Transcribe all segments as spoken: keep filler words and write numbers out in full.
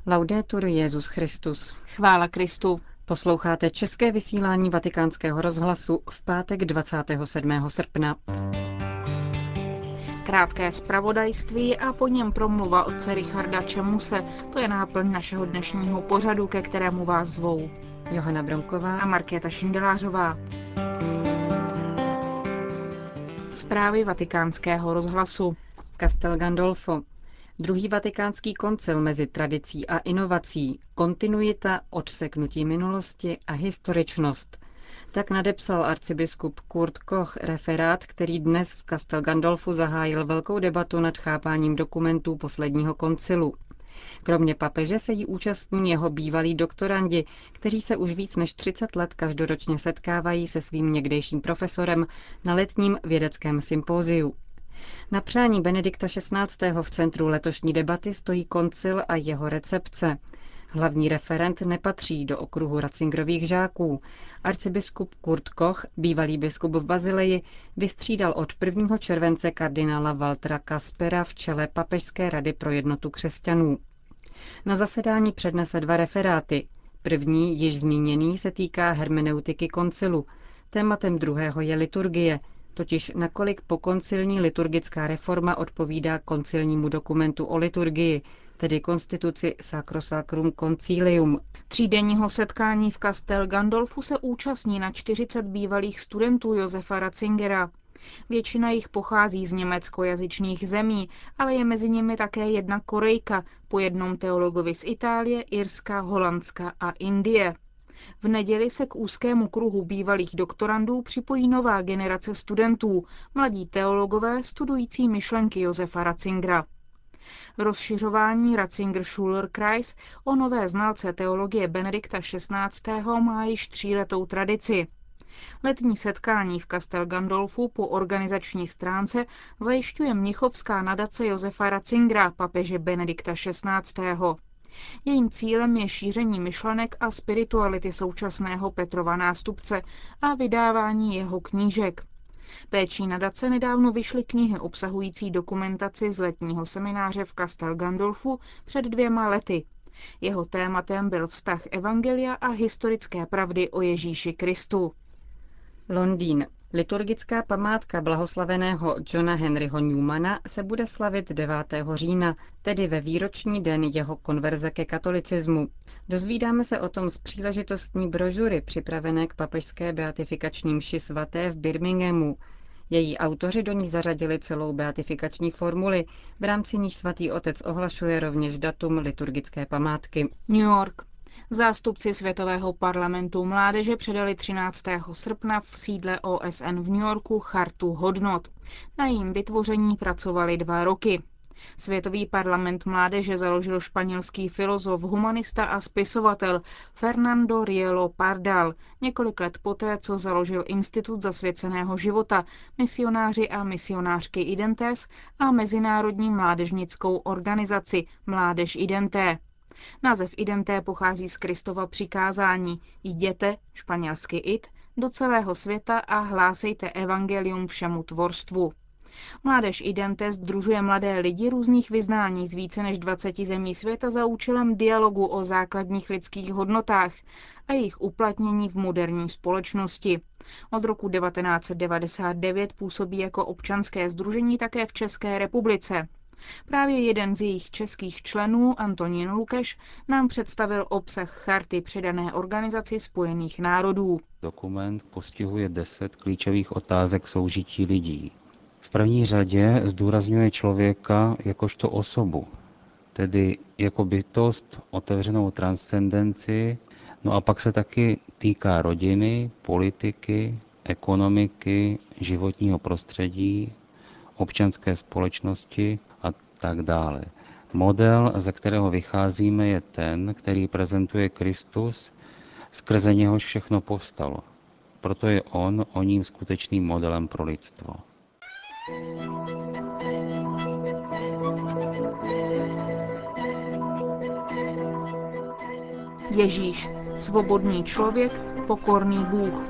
Laudetur Jesus Christus. Chvála Kristu. Posloucháte české vysílání Vatikánského rozhlasu v pátek dvacátého sedmého srpna. Krátké zpravodajství a po něm promluva otce Richarda Čemuse. To je náplň našeho dnešního pořadu, ke kterému vás zvou Johana Bronková a Markéta Šindelářová. Zprávy Vatikánského rozhlasu. Castel Gandolfo. Druhý vatikánský koncil mezi tradicí a inovací, kontinuita, odseknutí minulosti a historičnost. Tak nadepsal arcibiskup Kurt Koch referát, který dnes v Castel Gandolfu zahájil velkou debatu nad chápáním dokumentů posledního koncilu. Kromě papeže se jí účastní jeho bývalí doktorandi, kteří se už víc než třicet let každoročně setkávají se svým někdejším profesorem na letním vědeckém sympóziu. Na přání Benedikta šestnáctého. v centru letošní debaty stojí koncil a jeho recepce. Hlavní referent nepatří do okruhu Ratzingerových žáků. Arcibiskup Kurt Koch, bývalý biskup v Basileji, vystřídal od prvního července kardinála Waltera Kaspera v čele Papežské rady pro jednotu křesťanů. Na zasedání přednese dva referáty. První, již zmíněný, se týká hermeneutiky koncilu. Tématem druhého je liturgie, totiž nakolik pokoncilní liturgická reforma odpovídá koncilnímu dokumentu o liturgii, tedy konstituci Sacrosacrum Concilium. Třídenního setkání v Castel Gandolfu se účastní na čtyřicet bývalých studentů Josefa Ratzingera. Většina jich pochází z německojazyčných zemí, ale je mezi nimi také jedna Korejka, po jednom teologovi z Itálie, Irska, Holandska a Indie. V neděli se k úzkému kruhu bývalých doktorandů připojí nová generace studentů, mladí teologové studující myšlenky Josefa Ratzingera. Rozšiřování Ratzinger-Schuler-Kreis o nové znalce teologie Benedikta šestnáctého. má již tříletou tradici. Letní setkání v Castel Gandolfu po organizační stránce zajišťuje mnichovská nadace Josefa Ratzingera, papeže Benedikta šestnáctého. Jejím cílem je šíření myšlenek a spirituality současného Petrova nástupce a vydávání jeho knížek. Péčí nadace nedávno vyšly knihy obsahující dokumentaci z letního semináře v Castel Gandolfu před dvěma lety. Jeho tématem byl vztah evangelia a historické pravdy o Ježíši Kristu. Londýn. Liturgická památka blahoslaveného Johna Henryho Newmana se bude slavit devátého října, tedy ve výroční den jeho konverze ke katolicismu. Dozvídáme se o tom z příležitostní brožury připravené k papežské beatifikační mši svaté v Birminghamu. Její autoři do ní zařadili celou beatifikační formuli, v rámci níž svatý otec ohlašuje rovněž datum liturgické památky. New York. Zástupci Světového parlamentu mládeže předali třináctého srpna v sídle O S N v New Yorku chartu hodnot. Na jejím vytvoření pracovali dva roky. Světový parlament mládeže založil španělský filozof, humanista a spisovatel Fernando Rielo Pardal několik let poté, co založil Institut zasvěceného života, misionáři a misionářky Identes a mezinárodní mládežnickou organizaci Mládež Identé. Název Identé pochází z Kristova přikázání jděte, španělsky id, do celého světa a hlásejte evangelium všemu tvorstvu. Mládež Identé sdružuje mladé lidi různých vyznání z více než dvaceti zemí světa za účelem dialogu o základních lidských hodnotách a jejich uplatnění v moderní společnosti. Od roku devatenáct set devadesát devět působí jako občanské sdružení také v České republice. Právě jeden z jejich českých členů, Antonín Lukeš, nám představil obsah charty předané Organizaci spojených národů. Dokument postihuje deset klíčových otázek soužití lidí. V první řadě zdůrazňuje člověka jakožto osobu, tedy jako bytost, otevřenou transcendenci, no a pak se taky týká rodiny, politiky, ekonomiky, životního prostředí, občanské společnosti a tak dále. Model, ze kterého vycházíme, je ten, který prezentuje Kristus, skrze něhož všechno povstalo. Proto je on o ním skutečným modelem pro lidstvo. Ježíš, svobodný člověk, pokorný Bůh.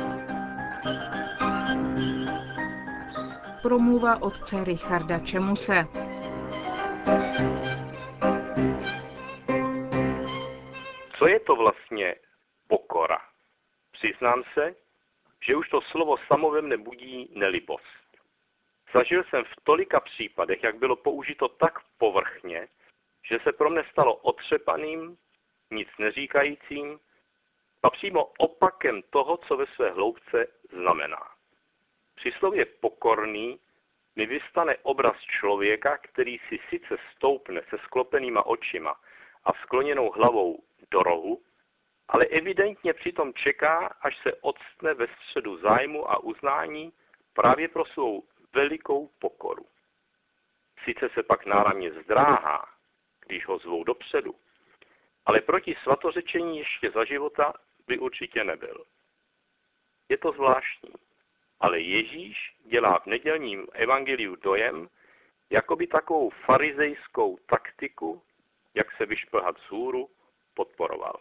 Promluva otce Richarda Čemuse. Co je to vlastně pokora? Přiznám se, že už to slovo samo ve mne budí nelibost. Zažil jsem v tolika případech, jak bylo použito tak povrchně, že se pro mne stalo otřepaným, nic neříkajícím a přímo opakem toho, co ve své hloubce znamená. Při slově pokorný mi vystane obraz člověka, který si sice stoupne se sklopenýma očima a skloněnou hlavou do rohu, ale evidentně přitom čeká, až se octne ve středu zájmu a uznání právě pro svou velikou pokoru. Sice se pak náramně zdráhá, když ho zvou dopředu, ale proti svatořečení ještě za života by určitě nebyl. Je to zvláštní, ale Ježíš dělá v nedělním evangeliu dojem, jako by takovou farizejskou taktiku, jak se vyšplhat vzhůru, podporoval.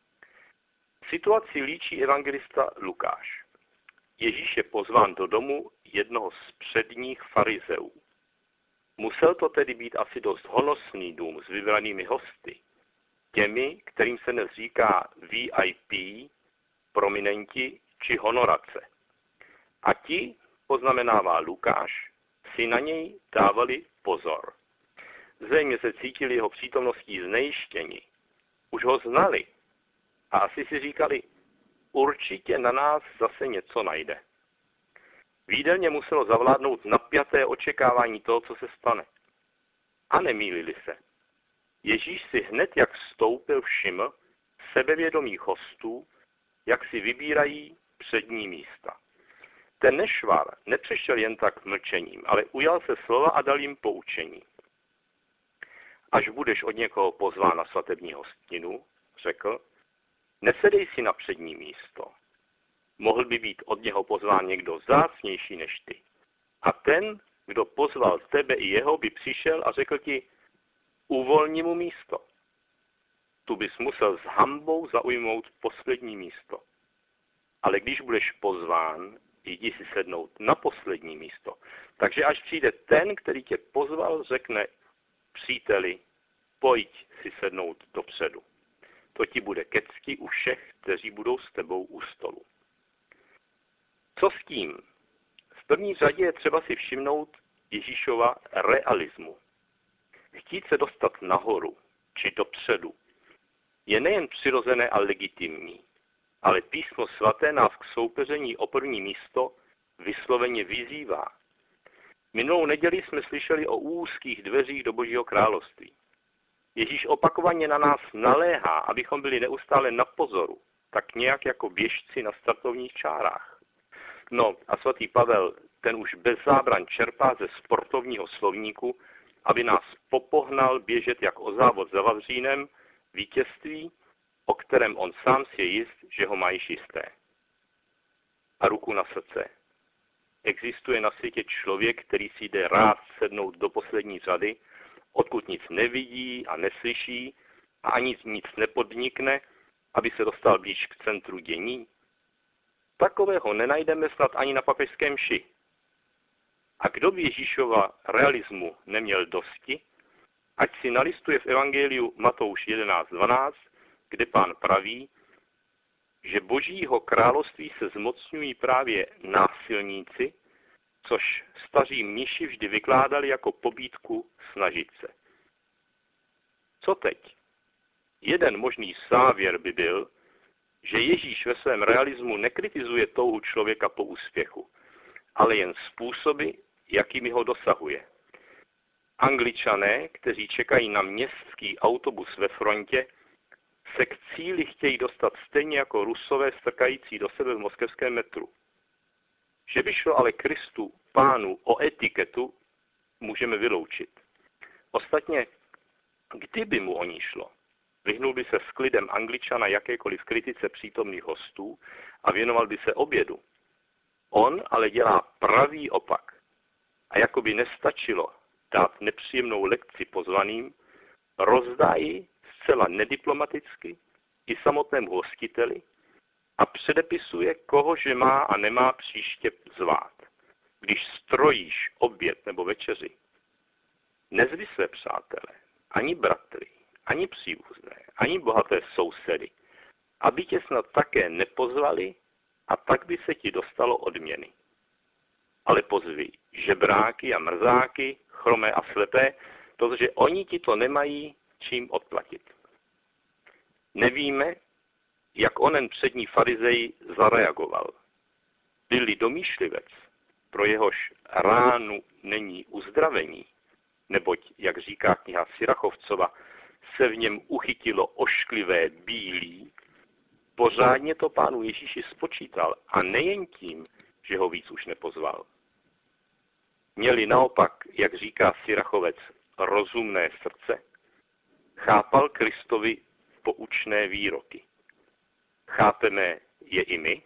Situaci líčí evangelista Lukáš. Ježíš je pozván do domu jednoho z předních farizeů. Musel to tedy být asi dost honosný dům s vybranými hosty, těmi, kterým se dnes říká V I P, prominenti či honorace. A ti, poznamenává Lukáš, si na něj dávali pozor. Zřejmě se cítili jeho přítomností znejištěni. Už ho znali a asi si říkali, určitě na nás zase něco najde. V jídelně muselo zavládnout napjaté očekávání toho, co se stane. A nemýlili se. Ježíš si hned, jak vstoupil, všiml sebevědomých hostů, jak si vybírají přední místa. Ten nešvar nepřešel jen tak mlčením, ale ujal se slova a dal jim poučení. Až budeš od někoho pozván na svatební hostinu, řekl, nesedej si na přední místo. Mohl by být od něho pozván někdo vzácnější než ty. A ten, kdo pozval tebe i jeho, by přišel a řekl ti, uvolni mu místo. Tu bys musel s hanbou zaujmout poslední místo. Ale když budeš pozván, jdi si sednout na poslední místo. Takže až přijde ten, který tě pozval, řekne, příteli, pojď si sednout dopředu. To ti bude ke cti u všech, kteří budou s tebou u stolu. Co s tím? V první řadě je třeba si všimnout Ježíšova realismu. Chtít se dostat nahoru, či dopředu, je nejen přirozené a legitimní, ale písmo svaté nás k soupeření o první místo vysloveně vyzývá. Minulou neděli jsme slyšeli o úzkých dveřích do Božího království. Ježíš opakovaně na nás naléhá, abychom byli neustále na pozoru, tak nějak jako běžci na startovních čárách. No a svatý Pavel, ten už bez zábran čerpá ze sportovního slovníku, aby nás popohnal běžet jak o závod za vavřínem, vítězství, o kterém on sám si je jist, že ho má již jisté. A ruku na srdce. Existuje na světě člověk, který si jde rád sednout do poslední řady, odkud nic nevidí a neslyší a ani nic nepodnikne, aby se dostal blíž k centru dění? Takového nenajdeme snad ani na papežském mši. A kdo by Ježíšova realismu neměl dosti, ať si nalistuje v evangeliu Matouš jedenáct dvanáct, kde pán praví, že Božího království se zmocňují právě násilníci, což staří mniši vždy vykládali jako pobídku snažit se. Co teď? Jeden možný závěr by byl, že Ježíš ve svém realismu nekritizuje touhu člověka po úspěchu, ale jen způsoby, jakými ho dosahuje. Angličané, kteří čekají na městský autobus ve frontě, se k cíli chtějí dostat stejně jako Rusové strkající do sebe v moskevském metru. Že by šlo ale Kristu, pánu, o etiketu, můžeme vyloučit. Ostatně, kdyby mu o ní šlo, vyhnul by se s klidem Angličana jakékoliv kritice přítomných hostů a věnoval by se obědu. On ale dělá pravý opak. A jako by nestačilo dát nepříjemnou lekci pozvaným, rozdá ji zcela nediplomaticky i samotnému hostiteli a předepisuje, koho že má a nemá příště zvát, když strojíš oběd nebo večeři. Nezvi své přátele, ani bratry, ani příbuzné, ani bohaté sousedy, aby tě snad také nepozvali a tak by se ti dostalo odměny. Ale pozvi žebráky a mrzáky, chromé a slepé, protože oni ti to nemají čím odplatit. Nevíme, jak onen přední farizej zareagoval. Byl-li domýšlivec, pro jehož ránu není uzdravení, neboť, jak říká kniha Sirachovcova, se v něm uchytilo ošklivé bílí, pořádně to Pánu Ježíši spočítal a nejen tím, že ho víc už nepozval. Měli naopak, jak říká Sirachovec, rozumné srdce, chápal Kristovi poučné výroky. Chápeme je i my?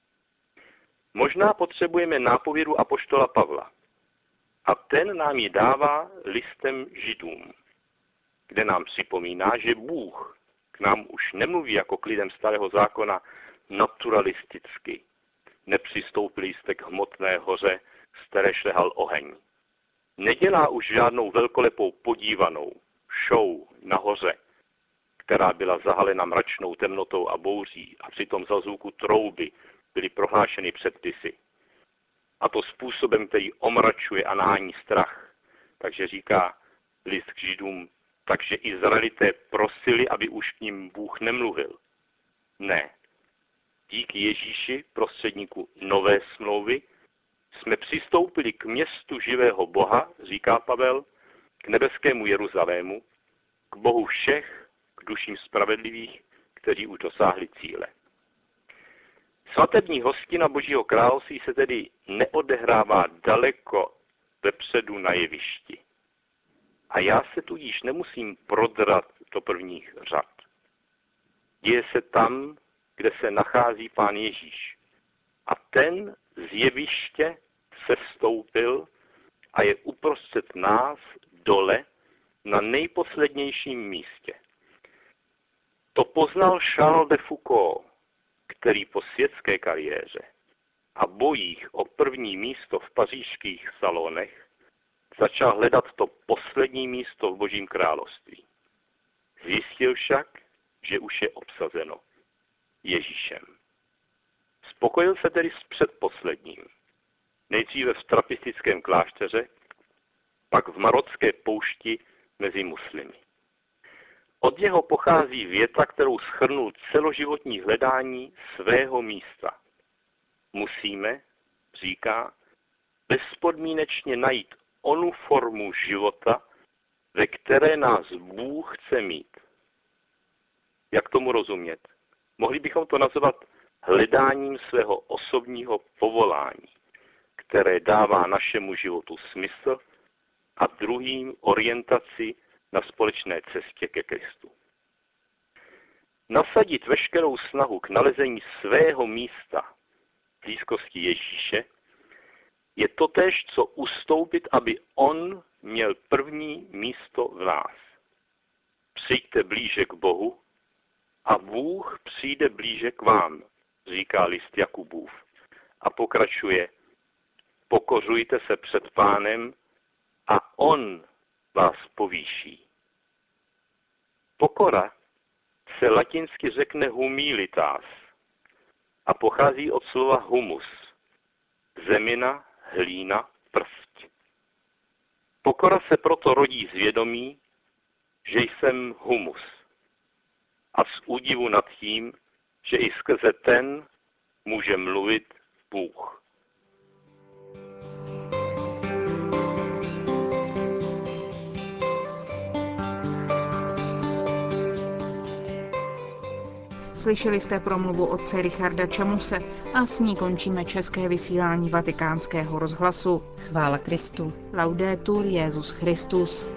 Možná potřebujeme nápovědu apoštola Pavla. A ten nám ji dává listem Židům, kde nám připomíná, že Bůh k nám už nemluví jako k lidem starého zákona naturalisticky. Nepřistoupili jste k hmotné hoře, z které šlehal oheň. Nedělá už žádnou velkolepou podívanou show na hoře, která byla zahalena mračnou temnotou a bouří a přitom za zvuku trouby byly prohlášeny předpisy. A to způsobem, který omračuje a nahání strach. Takže říká list k Židům, takže Izraelité prosili, aby už k ním Bůh nemluvil. Ne. Díky Ježíši, prostředníku nové smlouvy, jsme přistoupili k městu živého Boha, říká Pavel, k nebeskému Jeruzalému, k Bohu všech, k duším spravedlivých, kteří už dosáhli cíle. Svatební hostina Božího království se tedy neodehrává daleko vepředu na jevišti. A já se tudíž nemusím prodrat do prvních řad. Děje se tam, kde se nachází Pán Ježíš. A ten z jeviště sestoupil a je uprostřed nás dole na nejposlednějším místě. To poznal Charles de Foucault, který po světské kariéře a bojích o první místo v pařížských salonech začal hledat to poslední místo v Božím království. Zjistil však, že už je obsazeno Ježíšem. Spokojil se tedy s předposledním. Nejdříve v trapistickém klášteře, pak v marocké poušti mezi muslimy. Od něho pochází věta, kterou shrnul celoživotní hledání svého místa. Musíme, říká, bezpodmínečně najít onu formu života, ve které nás Bůh chce mít. Jak tomu rozumět? Mohli bychom to nazvat hledáním svého osobního povolání, které dává našemu životu smysl a druhým orientaci na společné cestě ke Kristu. Nasadit veškerou snahu k nalezení svého místa v blízkosti Ježíše je totéž, co ustoupit, aby on měl první místo v nás. Přijďte blíže k Bohu a Bůh přijde blíže k vám, říká list Jakubův a pokračuje: pokořujte se před Pánem a on vás povýší. Pokora se latinsky řekne humilitas a pochází od slova humus, zemina, hlína, prst. Pokora se proto rodí z vědomí, že jsem humus a z údivu nad tím, že i skrze ten může mluvit Bůh. Slyšeli jste promluvu otce Richarda Čamuse a s ní končíme české vysílání Vatikánského rozhlasu. Chvála Kristu. Laudetur Jesus Christus.